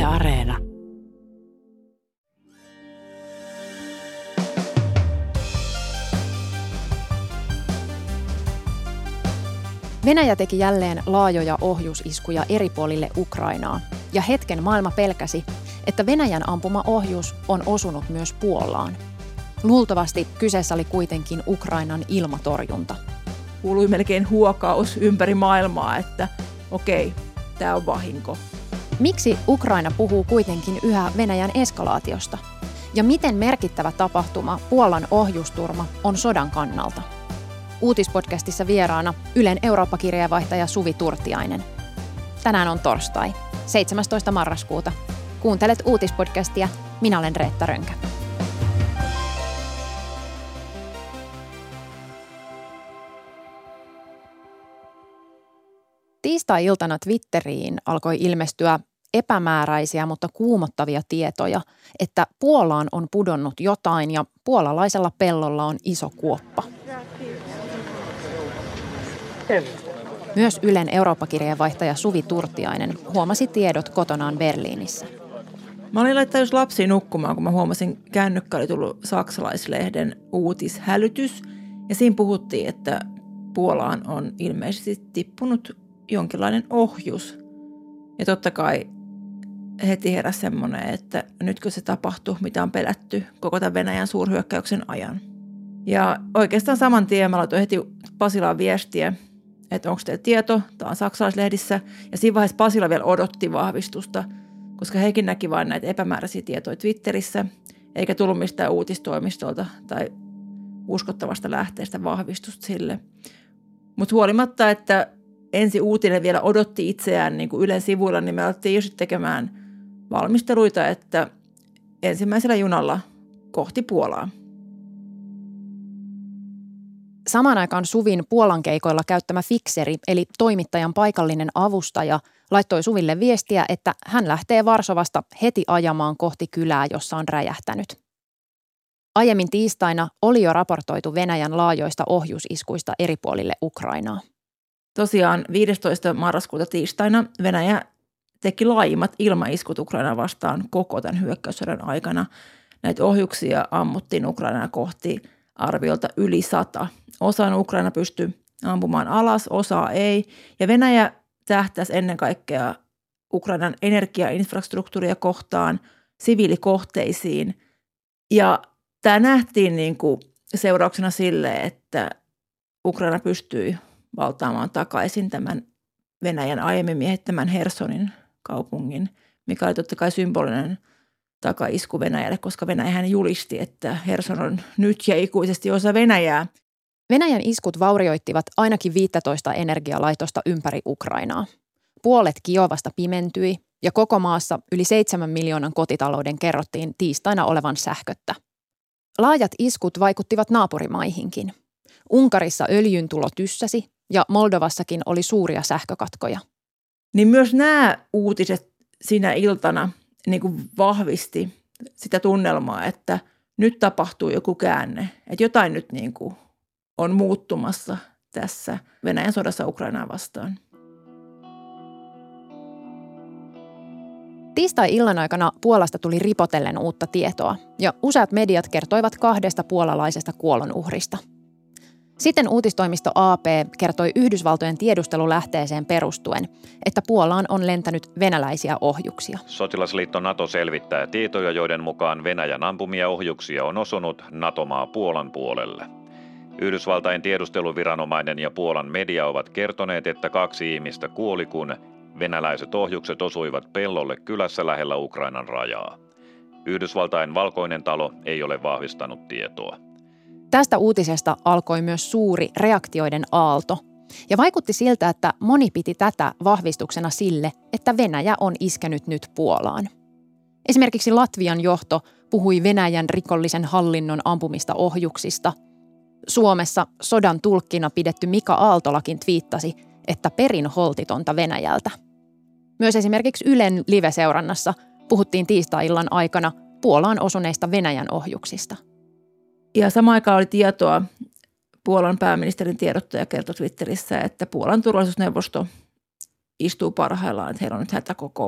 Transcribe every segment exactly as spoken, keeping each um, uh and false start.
Areena. Venäjä teki jälleen laajoja ohjusiskuja eri puolille Ukrainaa, ja hetken maailma pelkäsi, että Venäjän ampuma ohjus on osunut myös Puolaan. Luultavasti kyseessä oli kuitenkin Ukrainan ilmatorjunta. Kuului melkein huokaus ympäri maailmaa, että okei, tämä on vahinko. Miksi Ukraina puhuu kuitenkin yhä Venäjän eskalaatiosta? Ja miten merkittävä tapahtuma Puolan ohjusturma on sodan kannalta? Uutispodcastissa vieraana Ylen Eurooppa-kirjeenvaihtaja Suvi Turtiainen. Tänään on torstai, seitsemästoista marraskuuta. Kuuntelet uutispodcastia, minä olen Reetta Rönkä. Tiistai-iltana Twitteriin alkoi ilmestyä epämääräisiä, mutta kuumottavia tietoja, että Puolaan on pudonnut jotain ja puolalaisella pellolla on iso kuoppa. Myös Ylen Eurooppa-kirjeenvaihtaja Suvi Turtiainen huomasi tiedot kotonaan Berliinissä. Mä olin laittanut just lapsia nukkumaan, kun mä huomasin, kännykkä oli tullut saksalaislehden uutishälytys. Ja siinä puhuttiin, että Puolaan on ilmeisesti tippunut jonkinlainen ohjus. Ja totta kai heti heräsi semmoinen, että nytkö se tapahtui, mitä on pelätty koko tämän Venäjän suurhyökkäyksen ajan. Ja oikeastaan saman tien mä laitoin heti Pasilaan viestiä, että onko teillä tieto, tämä on saksalaislehdissä. Ja siinä vaiheessa Pasila vielä odotti vahvistusta, koska hekin näki vain näitä epämääräisiä tietoja Twitterissä, eikä tullut mistään uutistoimistolta tai uskottavasta lähteestä vahvistusta sille. Mutta huolimatta, että ensi uutinen vielä odotti itseään niin kuin Ylen sivuilla, niin me alettiin jo tekemään valmisteluita, että ensimmäisellä junalla kohti Puolaa. Samaan aikaan Suvin Puolan keikoilla käyttämä fikseri, eli toimittajan paikallinen avustaja, laittoi Suville viestiä, että hän lähtee Varsovasta heti ajamaan kohti kylää, jossa on räjähtänyt. Aiemmin tiistaina oli jo raportoitu Venäjän laajoista ohjusiskuista eri puolille Ukrainaa. Tosiaan viidestoista marraskuuta tiistaina Venäjä teki laajimmat ilmaiskut Ukrainaa vastaan koko tämän hyökkäyssodan aikana. Näitä ohjuksia ammuttiin Ukrainaa kohti arviolta yli sata. Osan Ukraina pystyi ampumaan alas, osaa ei. Ja Venäjä tähtäisi ennen kaikkea Ukrainan energiainfrastruktuuria kohtaan, siviilikohteisiin. Ja tämä nähtiin niin kuin seurauksena sille, että Ukraina pystyi valtaamaan takaisin tämän Venäjän aiemmin miehittämän Hersonin kaupungin, mikä oli totta kai symbolinen takaisku Venäjälle, koska Venäjähän julisti, että Herson on nyt ja ikuisesti osa Venäjää. Venäjän iskut vaurioittivat ainakin viisitoista energialaitosta ympäri Ukrainaa. Puolet Kiovasta pimentyi ja koko maassa yli seitsemän miljoonan kotitalouden kerrottiin tiistaina olevan sähköttä. Laajat iskut vaikuttivat naapurimaihinkin. Unkarissa öljyn tulo tyssäsi ja Moldovassakin oli suuria sähkökatkoja. Niin myös nämä uutiset sinä iltana niin kuin vahvisti sitä tunnelmaa, että nyt tapahtuu joku käänne, että jotain nyt niin kuin on muuttumassa tässä Venäjän sodassa Ukrainaa vastaan. Tiistai-illan aikana Puolasta tuli ripotellen uutta tietoa ja useat mediat kertoivat kahdesta puolalaisesta kuolonuhrista. Sitten uutistoimisto A P kertoi Yhdysvaltojen tiedustelulähteeseen perustuen, että Puolaan on lentänyt venäläisiä ohjuksia. Sotilasliitto NATO selvittää tietoja, joiden mukaan Venäjän ampumia ohjuksia on osunut NATO-maa Puolan puolelle. Yhdysvaltain tiedusteluviranomainen ja Puolan media ovat kertoneet, että kaksi ihmistä kuoli, kun venäläiset ohjukset osuivat pellolle kylässä lähellä Ukrainan rajaa. Yhdysvaltain Valkoinen talo ei ole vahvistanut tietoa. Tästä uutisesta alkoi myös suuri reaktioiden aalto, ja vaikutti siltä, että moni piti tätä vahvistuksena sille, että Venäjä on iskenyt nyt Puolaan. Esimerkiksi Latvian johto puhui Venäjän rikollisen hallinnon ampumista ohjuksista. Suomessa sodan tulkkina pidetty Mika Aaltolakin twiittasi, että perin holtitonta Venäjältä. Myös esimerkiksi Ylen live-seurannassa puhuttiin tiistai-illan aikana Puolaan osuneista Venäjän ohjuksista. Ja samaan aikaan oli tietoa, Puolan pääministerin tiedottaja kertoi Twitterissä, että Puolan turvallisuusneuvosto istuu parhaillaan, että heillä on nyt hätäkokous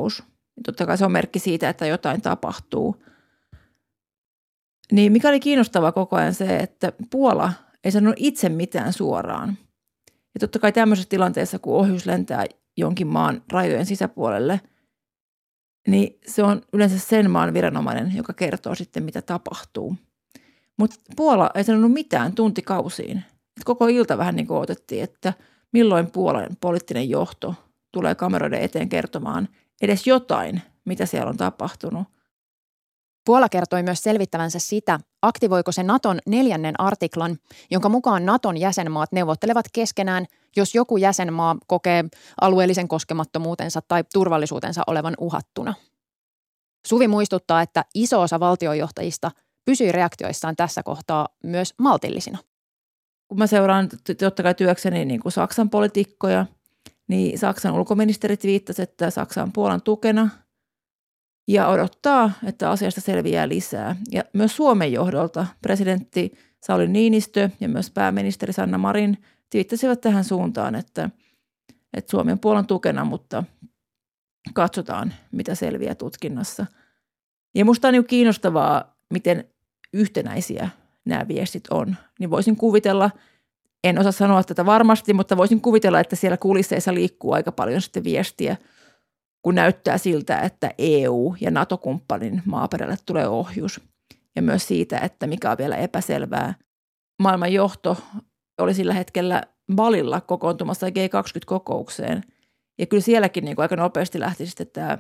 Totta kai se on merkki siitä, että jotain tapahtuu. Niin mikä oli kiinnostavaa koko ajan se, että Puola ei sanonut itse mitään suoraan. Ja totta kai tämmöisessä tilanteessa, kun ohjus lentää jonkin maan rajojen sisäpuolelle, niin se on yleensä sen maan viranomainen, joka kertoo sitten, mitä tapahtuu. Mutta Puola ei sanonut mitään tuntikausiin. Et koko ilta vähän niin kuin odotettiin, että milloin Puolan poliittinen johto tulee kameroiden eteen kertomaan edes jotain, mitä siellä on tapahtunut. Puola kertoi myös selvittävänsä sitä, aktivoiko se Naton neljännen artiklan, jonka mukaan Naton jäsenmaat neuvottelevat keskenään, jos joku jäsenmaa kokee alueellisen koskemattomuutensa tai turvallisuutensa olevan uhattuna. Suvi muistuttaa, että iso osa valtiojohtajista pysyi reaktioissaan tässä kohtaa myös maltillisina. Kun mä seuraan totta kai työkseni niin kuin Saksan poliitikkoja, niin Saksan ulkoministerit viittasivat, että Saksa on Puolan tukena ja odottaa, että asiasta selviää lisää. Ja myös Suomen johdolta presidentti Sauli Niinistö ja myös pääministeri Sanna Marin viittasivat tähän suuntaan, että, että Suomi on Puolan tukena, mutta katsotaan, mitä selviää tutkinnassa. Ja musta on niin kiinnostavaa, miten yhtenäisiä nämä viestit on. Niin voisin kuvitella, en osaa sanoa tätä varmasti, mutta voisin kuvitella, että siellä kulisseissa liikkuu aika paljon sitten viestiä, kun näyttää siltä, että E U- ja NATO-kumppanin maaperälle tulee ohjus. Ja myös siitä, että mikä on vielä epäselvää. Maailman johto oli sillä hetkellä Balilla kokoontumassa G kaksikymmentä-kokoukseen. Ja kyllä sielläkin niin kuin aika nopeasti lähti sitten tämä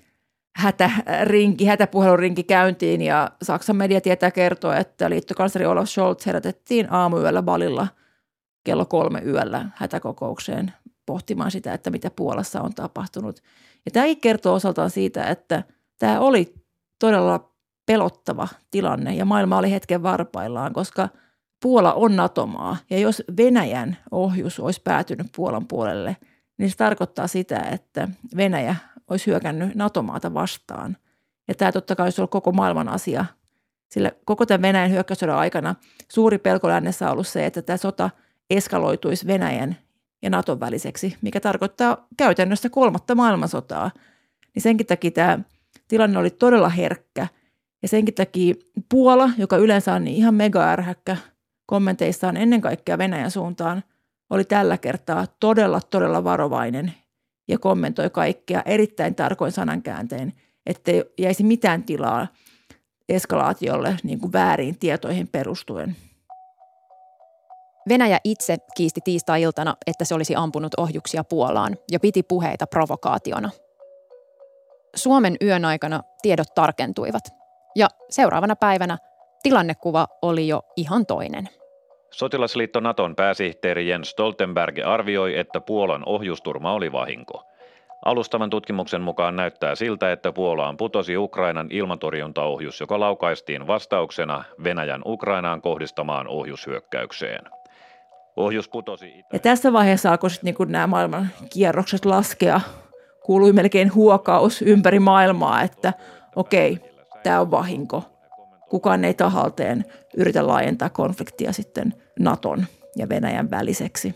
hätärinki, hätäpuhelurinki käyntiin. Ja Saksan media tietää kertoa, että liittokansleri Olaf Scholz herätettiin aamuyöllä Balilla kello kolme yöllä hätäkokoukseen pohtimaan sitä, että mitä Puolassa on tapahtunut. Ja tämäkin kertoo osaltaan siitä, että tämä oli todella pelottava tilanne ja maailma oli hetken varpaillaan, koska Puola on NATO-maa ja jos Venäjän ohjus olisi päätynyt Puolan puolelle, niin se tarkoittaa sitä, että Venäjä olisi hyökännyt NATO-maata vastaan. Ja tämä totta kai olisi ollut koko maailman asia, sillä koko tämän Venäjän hyökkäyssodan aikana suuri pelko lännessä on ollut se, että tämä sota eskaloituisi Venäjän ja Naton väliseksi, mikä tarkoittaa käytännössä kolmatta maailmansotaa. Niin senkin takia tämä tilanne oli todella herkkä. Ja senkin takia Puola, joka yleensä on niin ihan mega ärhäkkä kommenteissaan ennen kaikkea Venäjän suuntaan, oli tällä kertaa todella, todella varovainen ja kommentoi kaikkea erittäin tarkoin sanankääntein, ettei jäisi mitään tilaa eskalaatiolle niin kuin vääriin tietoihin perustuen. Venäjä itse kiisti tiistai-iltana, että se olisi ampunut ohjuksia Puolaan ja piti puheita provokaationa. Suomen yön aikana tiedot tarkentuivat ja seuraavana päivänä tilannekuva oli jo ihan toinen. Sotilasliitto Naton pääsihteeri Jens Stoltenberg arvioi, että Puolan ohjusturma oli vahinko. Alustavan tutkimuksen mukaan näyttää siltä, että Puolaan putosi Ukrainan ilmatorjuntaohjus, joka laukaistiin vastauksena Venäjän Ukrainaan kohdistamaan ohjushyökkäykseen. Ohjus putosi itä- Ja tässä vaiheessa alkoi sitten niin nämä maailman kierrokset laskea. Kuului melkein huokaus ympäri maailmaa, että okei, tämä on vahinko. Kukaan ei tahalteen yritä laajentaa konfliktia sitten Naton ja Venäjän väliseksi.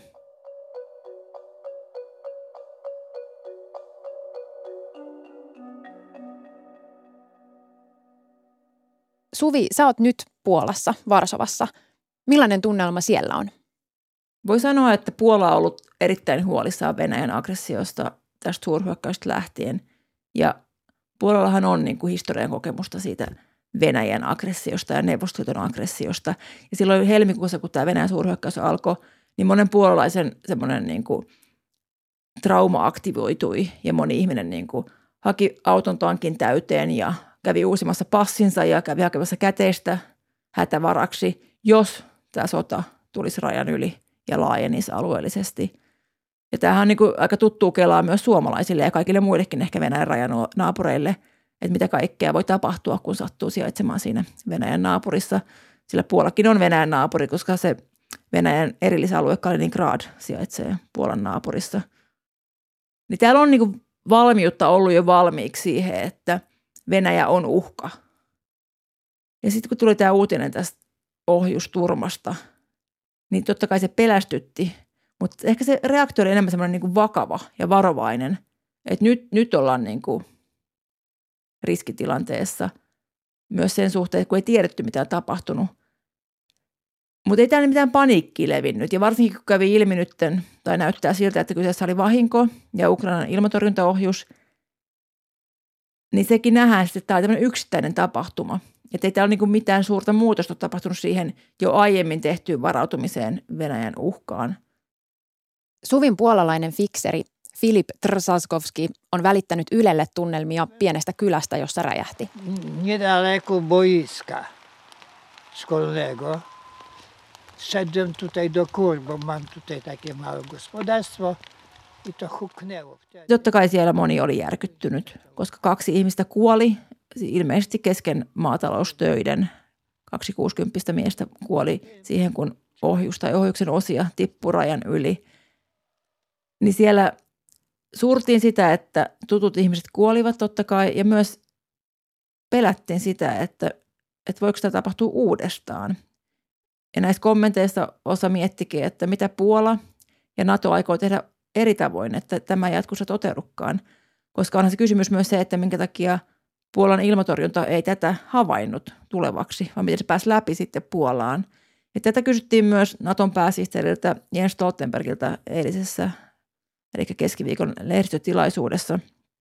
Suvi, sä oot nyt Puolassa, Varsovassa. Millainen tunnelma siellä on? Voi sanoa, että Puola on ollut erittäin huolissaan Venäjän aggressiosta tästä suurhyökkäystä lähtien. Ja Puolallahan on niin kuin historian kokemusta siitä Venäjän aggressiosta ja Neuvostoliiton aggressiosta. Ja silloin helmikuussa, kun tämä Venäjän suurhyökkäys alkoi, niin monen puolalaisen semmoinen niin kuin trauma aktivoitui ja moni ihminen niin kuin haki auton tankin täyteen ja kävi uusimassa passinsa ja kävi hakemassa käteistä hätävaraksi, jos tämä sota tulisi rajan yli ja laajenisi alueellisesti. Ja tämähän on niin kuin aika tuttua kelaa myös suomalaisille ja kaikille muillekin ehkä Venäjän rajanaapureille, että mitä kaikkea voi tapahtua, kun sattuu sijaitsemaan siinä Venäjän naapurissa. Sillä Puolakin on Venäjän naapuri, koska se Venäjän erillisalue Kaliningrad sijaitsee Puolan naapurissa. Niin täällä on niin kuin valmiutta ollut jo valmiiksi siihen, että Venäjä on uhka. Ja sitten kun tuli tämä uutinen tästä ohjusturmasta, niin totta kai se pelästytti. Mutta ehkä se reaktio oli enemmän semmoinen niin kuin vakava ja varovainen, että nyt, nyt ollaan niin kuin riskitilanteessa. Myös sen suhteen, kun ei tiedetty, mitä on tapahtunut. Mutta ei täällä mitään paniikki levinnyt. Ja varsinkin, kun kävi ilmi nyt, tai näyttää siltä, että kyseessä oli vahinko ja Ukrainan ilmatorjuntaohjus, niin sekin nähdään, että tämä oli tämmöinen yksittäinen tapahtuma. Että ei täällä ole niinku mitään suurta muutosta tapahtunut siihen jo aiemmin tehtyyn varautumiseen Venäjän uhkaan. Suvin puolalainen fikseri Filip Trzaskovski on välittänyt Ylelle tunnelmia pienestä kylästä, jossa räjähti. Niedaleko boiska szkolnego. Szedłem tutaj do kur, bo mam tutaj takie małe gospodarstwo i to huknęło. Totta kai siellä moni oli järkyttynyt, koska kaksi ihmistä kuoli ilmeisesti kesken maataloustöiden. Kaksi kuusikymppistä miestä kuoli siihen, kun ohjus tai ohjuksen osia tippui rajan yli. Niin siellä suurtiin sitä, että tutut ihmiset kuolivat totta kai ja myös pelättiin sitä, että, että voiko tämä tapahtua uudestaan. Ja näissä kommenteissa osa miettikin, että mitä Puola ja NATO aikoo tehdä eri tavoin, että tämä ei jatkossa toteudukaan. Koska onhan se kysymys myös se, että minkä takia Puolan ilmatorjunta ei tätä havainnut tulevaksi, vaan miten se pääsi läpi sitten Puolaan. Ja tätä kysyttiin myös Naton pääsihteeriltä Jens Stoltenbergiltä eilisessä, eli keskiviikon lehdistötilaisuudessa.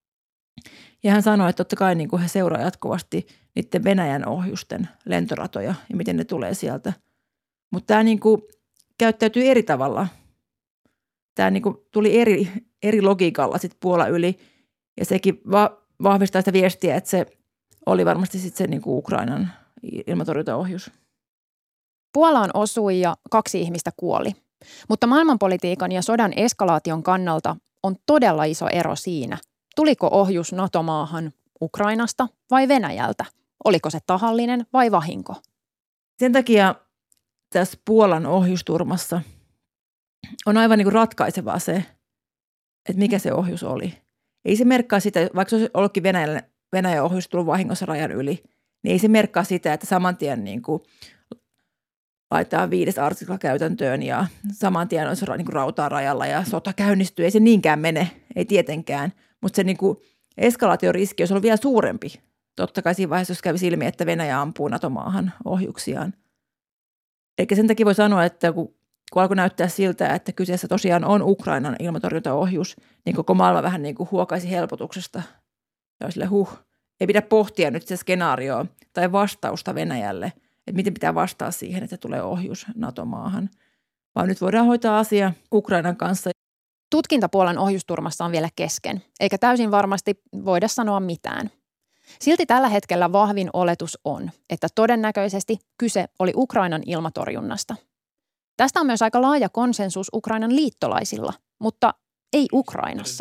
Ja hän sanoi, että totta kai niin kuin he seuraa jatkuvasti niiden Venäjän ohjusten lentoratoja ja miten ne tulee sieltä. Mutta tämä niin kuin käyttäytyy eri tavalla. Tämä niin kuin tuli eri, eri logiikalla sitten Puola yli ja sekin va- vahvistaa sitä viestiä, että se oli varmasti sitten se niin kuin Ukrainan ilmatorjuntaohjus. Puolaan osui ja kaksi ihmistä kuoli. Mutta maailmanpolitiikan ja sodan eskalaation kannalta on todella iso ero siinä, tuliko ohjus NATO-maahan Ukrainasta vai Venäjältä. Oliko se tahallinen vai vahinko? Sen takia tässä Puolan ohjusturmassa on aivan niin kuin ratkaisevaa se, että mikä se ohjus oli. Ei se merkkaa sitä, vaikka se olisi ollutkin Venäjän, Venäjän ohjus tullut vahingossa rajan yli, niin ei se merkkaa sitä, että saman tien niin kuin laitetaan viides artikla käytäntöön ja saman tien olisi niin kuin rautaa rajalla ja sota käynnistyy. Ei se niinkään mene, ei tietenkään, mutta se niin kuin eskalaatioriski olisi ollut vielä suurempi. Totta kai siinä vaiheessa, jos kävisi ilmi, että Venäjä ampuu NATO-maahan ohjuksiaan. Eikä sen takia voi sanoa, että kun, kun alkoi näyttää siltä, että kyseessä tosiaan on Ukrainan ilmatorjuntaohjus, niin koko maailma vähän niin kuin huokaisi helpotuksesta. Ja sille huh, ei pidä pohtia nyt se skenaarioa tai vastausta Venäjälle, että miten pitää vastaa siihen, että tulee ohjus NATO-maahan. Vaan nyt voidaan hoitaa asia Ukrainan kanssa. Tutkinta Puolan ohjusturmassa on vielä kesken, eikä täysin varmasti voida sanoa mitään. Silti tällä hetkellä vahvin oletus on, että todennäköisesti kyse oli Ukrainan ilmatorjunnasta. Tästä on myös aika laaja konsensus Ukrainan liittolaisilla, mutta ei Ukrainassa.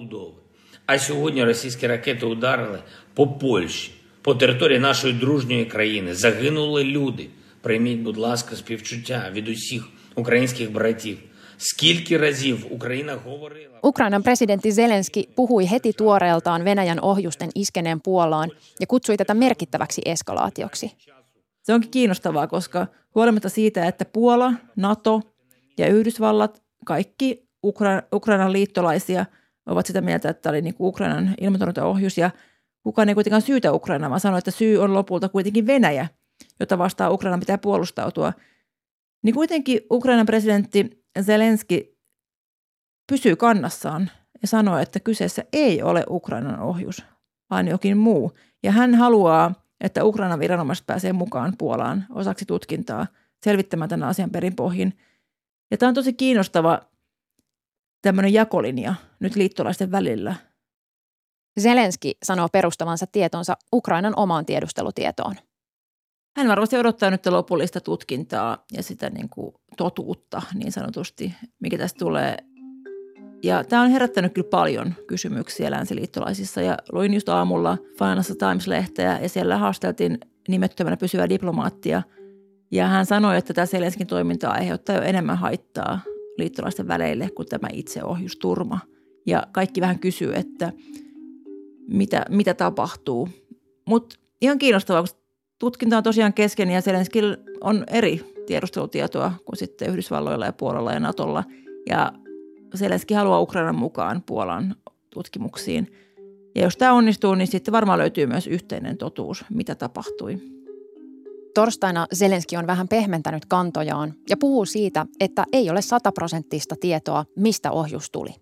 А сьогодні російські ракети ударили по Польщі, по території нашої дружньої країни. Загинули люди. Прийміть, будь ласка, співчуття від усіх українських братів. Скільки разів Україна говорила... Ukrainan presidentti Zelenski puhui heti tuoreeltaan Venäjän ohjusten iskeneen Puolaan ja kutsui tätä merkittäväksi eskalaatioksi. Se onkin kiinnostavaa, koska huolimatta siitä, että Puola, NATO ja Yhdysvallat, kaikki Ukra- Ukrainan liittolaisia ovat sitä mieltä, että tämä oli niin kuin Ukrainan ilmatorjuntaohjus ja kukaan ei kuitenkaan syytä Ukrainaa, vaan sanoi, että syy on lopulta kuitenkin Venäjä, jota vastaan Ukrainan pitää puolustautua. Niin kuitenkin Ukrainan presidentti Zelenski pysyy kannassaan ja sanoo, että kyseessä ei ole Ukrainan ohjus, vaan jokin muu. Ja hän haluaa, että Ukrainan viranomaiset pääsee mukaan Puolaan osaksi tutkintaa selvittämään tämän asian perinpohjin. Ja tämä on tosi kiinnostava tämmöinen jakolinja nyt liittolaisten välillä. Zelenski sanoo perustavansa tietonsa Ukrainan omaan tiedustelutietoon. Hän varmasti odottaa nyt lopullista tutkintaa ja sitä niin kuin totuutta niin sanotusti, mikä tästä tulee. Ja tämä on herättänyt kyllä paljon kysymyksiä länsiliittolaisissa ja luin just aamulla Financial Times-lehteä ja siellä haasteltiin nimettömänä pysyvää diplomaattia. Ja hän sanoi, että tämä Zelenskin toiminta aiheuttaa jo enemmän haittaa liittolaisten väleille kuin tämä itse ohjusturma. Ja kaikki vähän kysyy, että mitä, mitä tapahtuu. Mutta ihan kiinnostavaa, koska tutkinta on tosiaan kesken ja Zelenskillä on eri tiedustelutietoa kuin sitten Yhdysvalloilla ja Puolalla ja Natolla. Ja Zelenski haluaa Ukrainan mukaan Puolan tutkimuksiin. Ja jos tämä onnistuu, niin sitten varmaan löytyy myös yhteinen totuus, mitä tapahtui. Torstaina Zelenski on vähän pehmentänyt kantojaan ja puhuu siitä, että ei ole sataprosenttista tietoa, mistä ohjus tuli.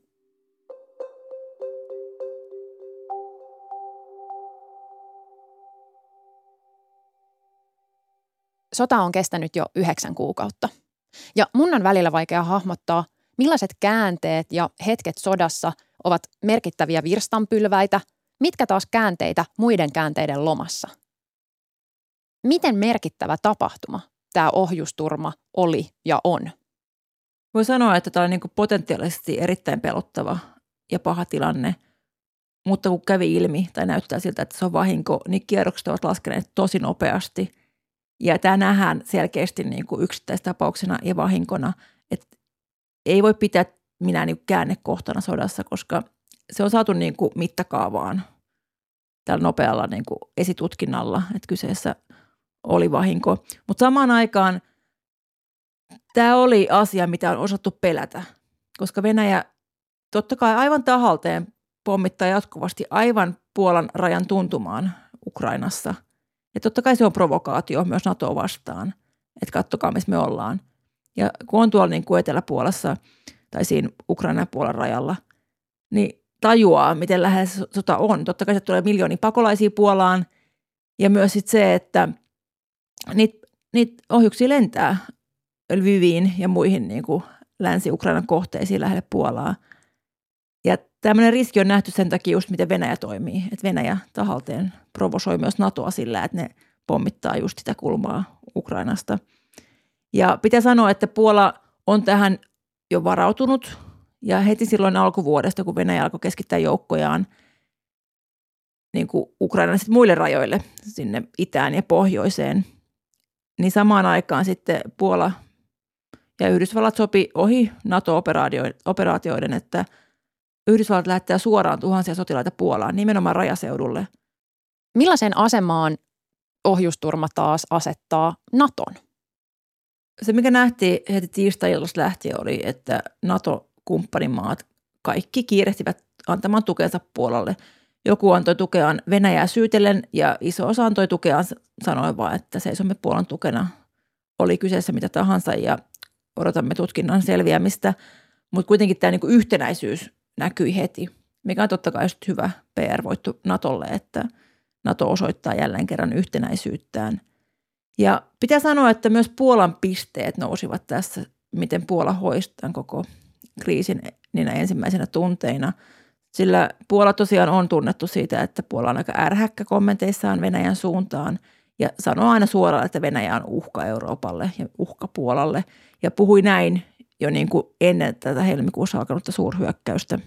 Sota on kestänyt jo yhdeksän kuukautta. Ja mun on välillä vaikea hahmottaa, millaiset käänteet ja hetket sodassa ovat merkittäviä virstanpylväitä, mitkä taas käänteitä muiden käänteiden lomassa. Miten merkittävä tapahtuma tämä ohjusturma oli ja on? Voi sanoa, että tämä on niin kuin potentiaalisesti erittäin pelottava ja paha tilanne, mutta kun kävi ilmi tai näyttää siltä, että se on vahinko, niin kierrokset ovat laskeneet tosi nopeasti. Ja tämä nähdään selkeästi niin kuin yksittäistapauksena ja vahinkona, että ei voi pitää minä niin kuin käännekohtana sodassa, koska se on saatu niin kuin mittakaavaan tällä nopealla niin kuin esitutkinnalla, että kyseessä oli vahinko. Mutta samaan aikaan tämä oli asia, mitä on osattu pelätä, koska Venäjä totta kai aivan tahalteen pommittaa jatkuvasti aivan Puolan rajan tuntumaan Ukrainassa. Ja totta kai se on provokaatio myös NATOa vastaan, että katsokaa, missä me ollaan. Ja kun on tuolla niin kuin Etelä-Puolassa tai siinä Ukrainan puolen rajalla, niin tajuaa, miten lähellä sota on. Totta kai se tulee miljoonia pakolaisia Puolaan ja myös sit se, että niitä niit ohjuksia lentää Lviviin ja muihin niin kuin Länsi-Ukrainan kohteisiin lähelle Puolaa. Ja tämmöinen riski on nähty sen takia just, miten Venäjä toimii. Että Venäjä tahalteen provosoi myös NATOa sillä, että ne pommittaa just sitä kulmaa Ukrainasta. Ja pitää sanoa, että Puola on tähän jo varautunut. Ja heti silloin alkuvuodesta, kun Venäjä alkoi keskittää joukkojaan niin kuin Ukrainan sitten muille rajoille, sinne itään ja pohjoiseen, niin samaan aikaan sitten Puola ja Yhdysvallat sopi ohi NATO-operaatioiden, että Yhdysvallat lähettää suoraan tuhansia sotilaita Puolaan, nimenomaan rajaseudulle. Millaiseen asemaan ohjusturma taas asettaa NATOn? Se, mikä nähtiin heti tiistai-illasta lähtien, oli, että NATO-kumppanimaat kaikki kiirehtivät antamaan tukensa Puolalle. Joku antoi tukeaan Venäjää syytellen ja iso osa antoi tukeaan sanoen vaan, että seisomme Puolan tukena. Oli kyseessä mitä tahansa ja odotamme tutkinnan selviämistä, mutta kuitenkin tämä niinku yhtenäisyys näkyi heti, mikä on totta kai just hyvä P R-voitto NATOlle, että NATO osoittaa jälleen kerran yhtenäisyyttään. Ja pitää sanoa, että myös Puolan pisteet nousivat tässä, miten Puola hoisi tämän koko kriisin niinä ensimmäisenä tunteina. Sillä Puola tosiaan on tunnettu siitä, että Puola on aika ärhäkkä kommenteissaan Venäjän suuntaan ja sanoo aina suoraan, että Venäjä on uhka Euroopalle ja uhka Puolalle ja puhui näin jo niin kuin ennen tätä helmikuussa alkanutta suurhyökkäystä.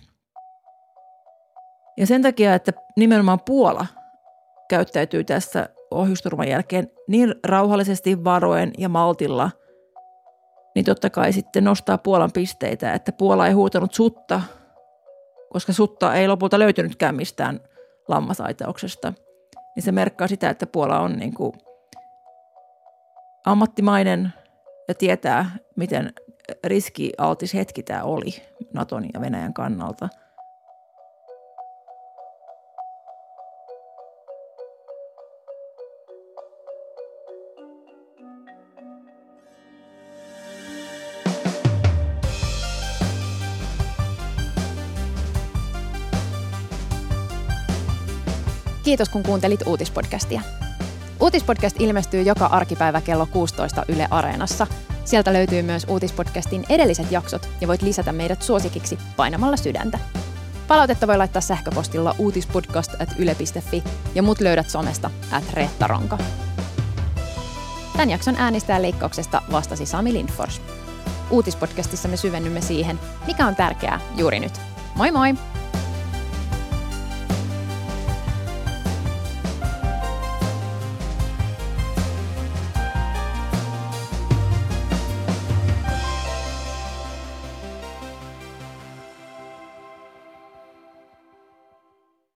Ja sen takia, että nimenomaan Puola käyttäytyy tässä ohjusturman jälkeen niin rauhallisesti, varoen ja maltilla, niin totta kai sitten nostaa Puolan pisteitä, että Puola ei huutanut sutta, koska sutta ei lopulta löytynytkään mistään lammasaitauksesta. Niin se merkkaa sitä, että Puola on niin kuin ammattimainen ja tietää, miten riskialtis hetki tämä oli Naton ja Venäjän kannalta. Kiitos kun kuuntelit Uutispodcastia. Uutispodcast ilmestyy joka arkipäivä kello kuusitoista Yle Areenassa. Sieltä löytyy myös Uutispodcastin edelliset jaksot ja voit lisätä meidät suosikiksi painamalla sydäntä. Palautetta voi laittaa sähköpostilla uutispodcast at yle piste fi ja mut löydät somesta at Reetta Ronka. Tämän jakson äänistäjän leikkauksesta vastasi Sami Lindfors. Uutispodcastissa me syvennymme siihen, mikä on tärkeää juuri nyt. Moi moi!